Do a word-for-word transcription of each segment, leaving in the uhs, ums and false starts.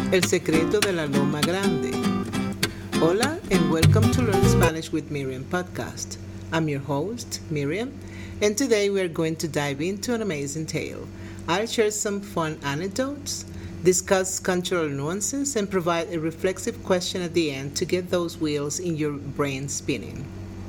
El secreto de la Loma Grande. Hola and welcome to Learn Spanish with Miriam podcast. I'm your host, Miriam, and today we are going to dive into an amazing tale. I'll share some fun anecdotes, discuss cultural nuances, and provide a reflexive question at the end to get those wheels in your brain spinning.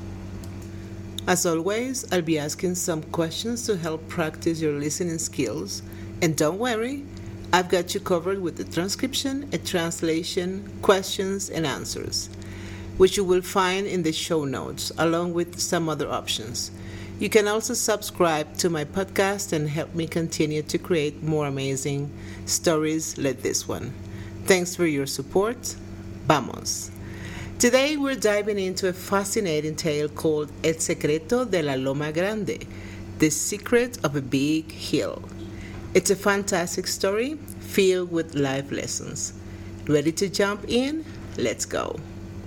As always, I'll be asking some questions to help practice your listening skills. And don't worry, I've got you covered with a transcription, a translation, questions, and answers, which you will find in the show notes, along with some other options. You can also subscribe to my podcast and help me continue to create more amazing stories like this one. Thanks for your support. Vamos! Today we're diving into a fascinating tale called El Secreto de la Loma Grande, The Secret of a Big Hill. It's a fantastic story filled with life lessons. Ready to jump in? Let's go.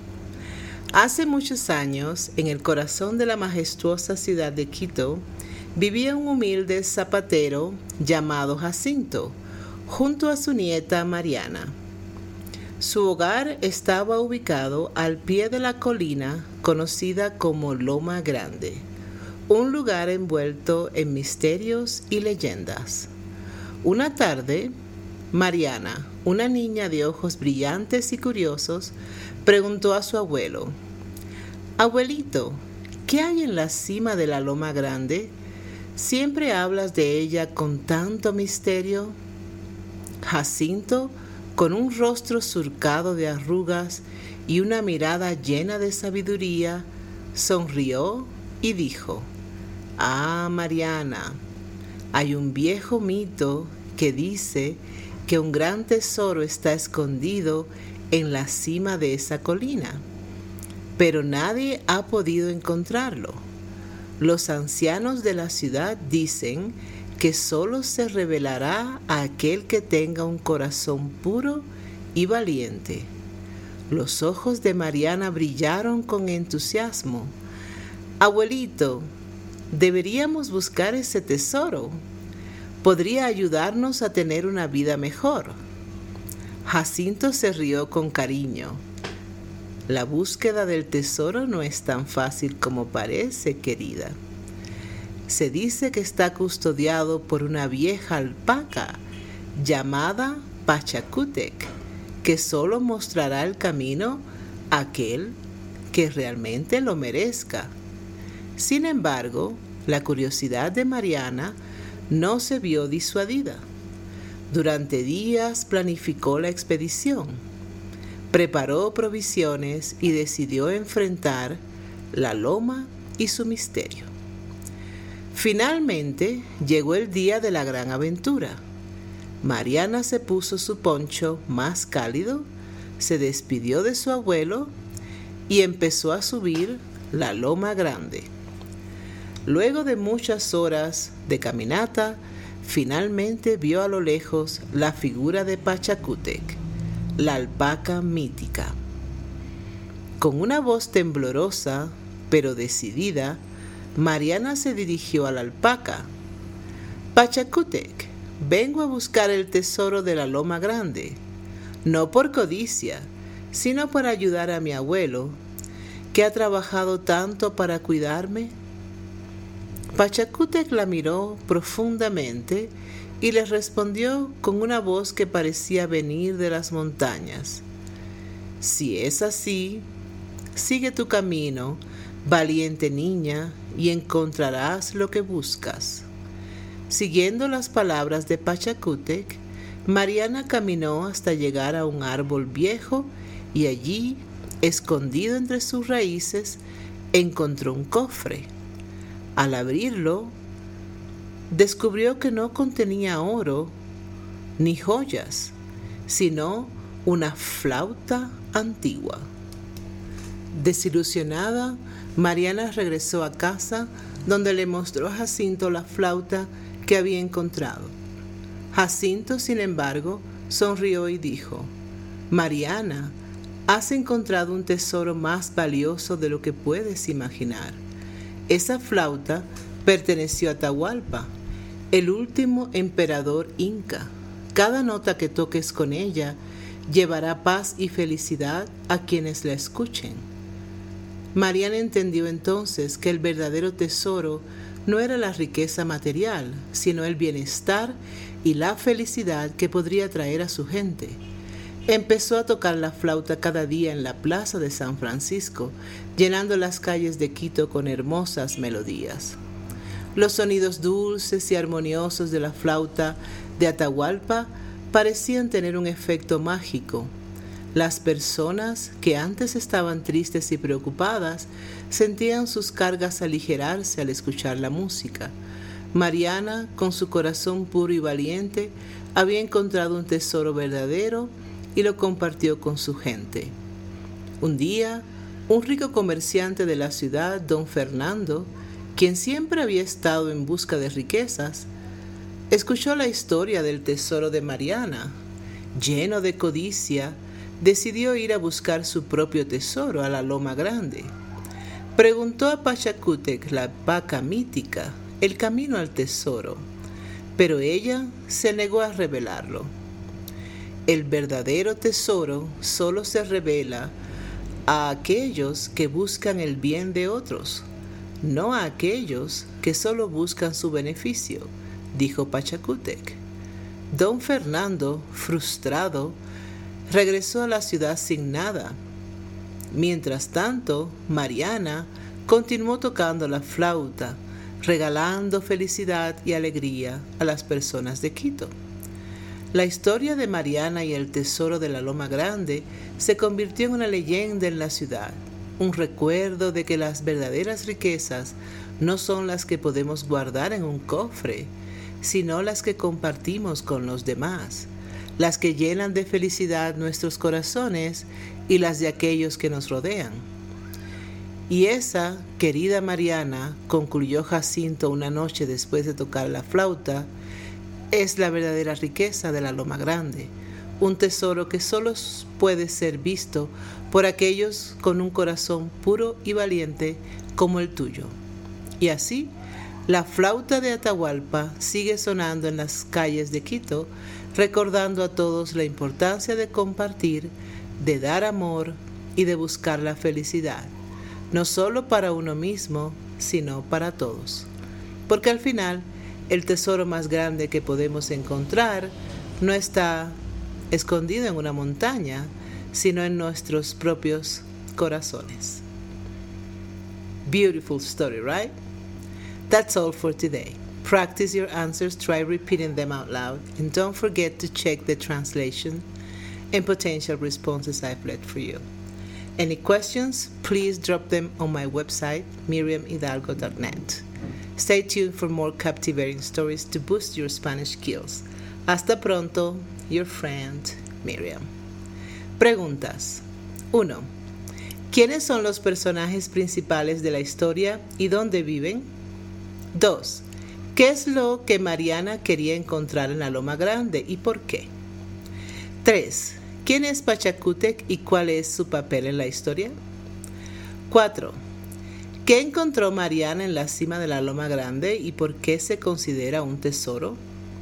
Hace muchos años, en el corazón de la majestuosa ciudad de Quito, vivía un humilde zapatero llamado Jacinto, junto a su nieta Mariana. Su hogar estaba ubicado al pie de la colina conocida como Loma Grande, un lugar envuelto en misterios y leyendas. Una tarde, Mariana, una niña de ojos brillantes y curiosos, preguntó a su abuelo: «Abuelito, ¿qué hay en la cima de la Loma Grande? Siempre hablas de ella con tanto misterio». Jacinto, con un rostro surcado de arrugas y una mirada llena de sabiduría, sonrió y dijo: «Ah, Mariana, hay un viejo mito que dice que un gran tesoro está escondido en la cima de esa colina, pero nadie ha podido encontrarlo. Los ancianos de la ciudad dicen que solo se revelará a aquel que tenga un corazón puro y valiente». Los ojos de Mariana brillaron con entusiasmo. «Abuelito, deberíamos buscar ese tesoro. Podría ayudarnos a tener una vida mejor». Jacinto se rió con cariño. «La búsqueda del tesoro no es tan fácil como parece, querida. Se dice que está custodiado por una vieja alpaca llamada Pachacútec, que solo mostrará el camino a aquel que realmente lo merezca». Sin embargo, la curiosidad de Mariana no se vio disuadida. Durante días planificó la expedición, preparó provisiones y decidió enfrentar la loma y su misterio. Finalmente llegó el día de la gran aventura. Mariana se puso su poncho más cálido, se despidió de su abuelo y empezó a subir la Loma Grande. Luego de muchas horas de caminata, finalmente vio a lo lejos la figura de Pachacútec, la alpaca mítica. Con una voz temblorosa, pero decidida, Mariana se dirigió a la alpaca. «Pachacútec, vengo a buscar el tesoro de la Loma Grande, no por codicia, sino para ayudar a mi abuelo, que ha trabajado tanto para cuidarme». Pachacútec la miró profundamente y le respondió con una voz que parecía venir de las montañas: «Si es así, sigue tu camino, valiente niña, y encontrarás lo que buscas». Siguiendo las palabras de Pachacútec, Mariana caminó hasta llegar a un árbol viejo y allí, escondido entre sus raíces, encontró un cofre. Al abrirlo, descubrió que no contenía oro ni joyas, sino una flauta antigua. Desilusionada, Mariana regresó a casa, donde le mostró a Jacinto la flauta que había encontrado. Jacinto, sin embargo, sonrió y dijo: «Mariana, has encontrado un tesoro más valioso de lo que puedes imaginar. Esa flauta perteneció a Atahualpa, el último emperador inca. Cada nota que toques con ella llevará paz y felicidad a quienes la escuchen. Mariana entendió entonces que el verdadero tesoro no era la riqueza material, sino el bienestar y la felicidad que podría traer a su gente. Empezó a tocar la flauta cada día en la plaza de San Francisco, llenando las calles de Quito con hermosas melodías. Los sonidos dulces y armoniosos de la flauta de Atahualpa parecían tener un efecto mágico. Las personas que antes estaban tristes y preocupadas sentían sus cargas aligerarse al escuchar la música. Mariana, con su corazón puro y valiente, había encontrado un tesoro verdadero y lo compartió con su gente. Un día, un rico comerciante de la ciudad, don Fernando, quien siempre había estado en busca de riquezas, escuchó la historia del tesoro de Mariana. Lleno de codicia, decidió ir a buscar su propio tesoro a la Loma Grande. Preguntó a Pachacútec, la vaca mítica, el camino al tesoro, pero ella se negó a revelarlo. El verdadero tesoro solo se revela a aquellos que buscan el bien de otros, no a aquellos que solo buscan su beneficio, dijo Pachacútec. Don Fernando, frustrado, regresó a la ciudad sin nada. Mientras tanto, Mariana continuó tocando la flauta, regalando felicidad y alegría a las personas de Quito. La historia de Mariana y el tesoro de la Loma Grande se convirtió en una leyenda en la ciudad, un recuerdo de que las verdaderas riquezas no son las que podemos guardar en un cofre, sino las que compartimos con los demás, las que llenan de felicidad nuestros corazones y las de aquellos que nos rodean. Y esa, querida Mariana, concluyó Jacinto una noche después de tocar la flauta, es la verdadera riqueza de la Loma Grande, un tesoro que solo puede ser visto por aquellos con un corazón puro y valiente como el tuyo. Y así, la flauta de Atahualpa sigue sonando en las calles de Quito, recordando a todos la importancia de compartir, de dar amor y de buscar la felicidad, no solo para uno mismo, sino para todos. Porque al final, el tesoro más grande que podemos encontrar no está escondido en una montaña, sino en nuestros propios corazones. Beautiful story, right? That's all for today. Practice your answers, try repeating them out loud, and don't forget to check the translation and potential responses I've left for you. Any questions, please drop them on my website, miriam hidalgo dot net. Stay tuned for more captivating stories to boost your Spanish skills. Hasta pronto, your friend, Miriam. Preguntas. uno. ¿Quiénes son los personajes principales de la historia y dónde viven? dos. ¿Qué es lo que Mariana quería encontrar en la Loma Grande y por qué? tres. ¿Quién es Pachacútec y cuál es su papel en la historia? cuatro. ¿Qué encontró Mariana en la cima de la Loma Grande y por qué se considera un tesoro?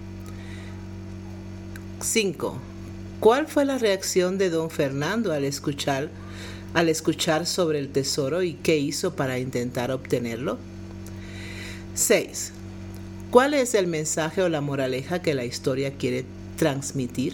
cinco. ¿Cuál fue la reacción de don Fernando al escuchar, al escuchar sobre el tesoro y qué hizo para intentar obtenerlo? seis. ¿Cuál es el mensaje o la moraleja que la historia quiere transmitir?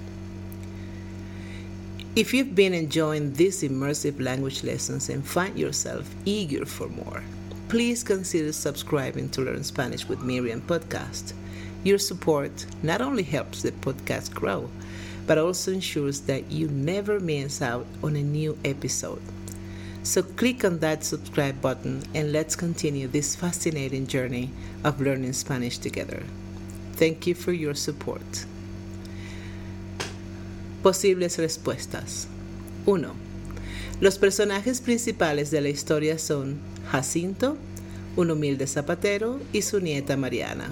If you've been enjoying these immersive language lessons and find yourself eager for more, please consider subscribing to Learn Spanish with Miriam podcast. Your support not only helps the podcast grow, but also ensures that you never miss out on a new episode. So click on that subscribe button and let's continue this fascinating journey of learning Spanish together. Thank you for your support. Posibles respuestas. uno. Los personajes principales de la historia son Jacinto, un humilde zapatero, y su nieta Mariana.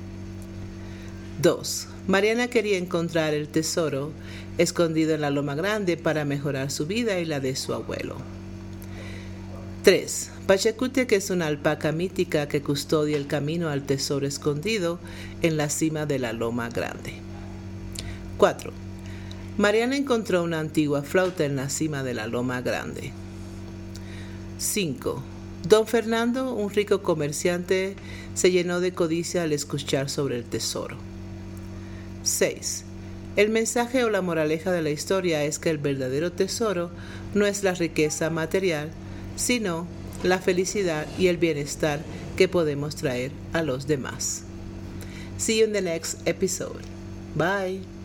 dos. Mariana quería encontrar el tesoro escondido en la Loma Grande para mejorar su vida y la de su abuelo. tres. Pachacútec es una alpaca mítica que custodia el camino al tesoro escondido en la cima de la Loma Grande. cuatro. Mariana encontró una antigua flauta en la cima de la loma grande. cinco. Don Fernando, un rico comerciante, se llenó de codicia al escuchar sobre el tesoro. seis. El mensaje o la moraleja de la historia es que el verdadero tesoro no es la riqueza material, sino la felicidad y el bienestar que podemos traer a los demás. See you in the next episode. Bye.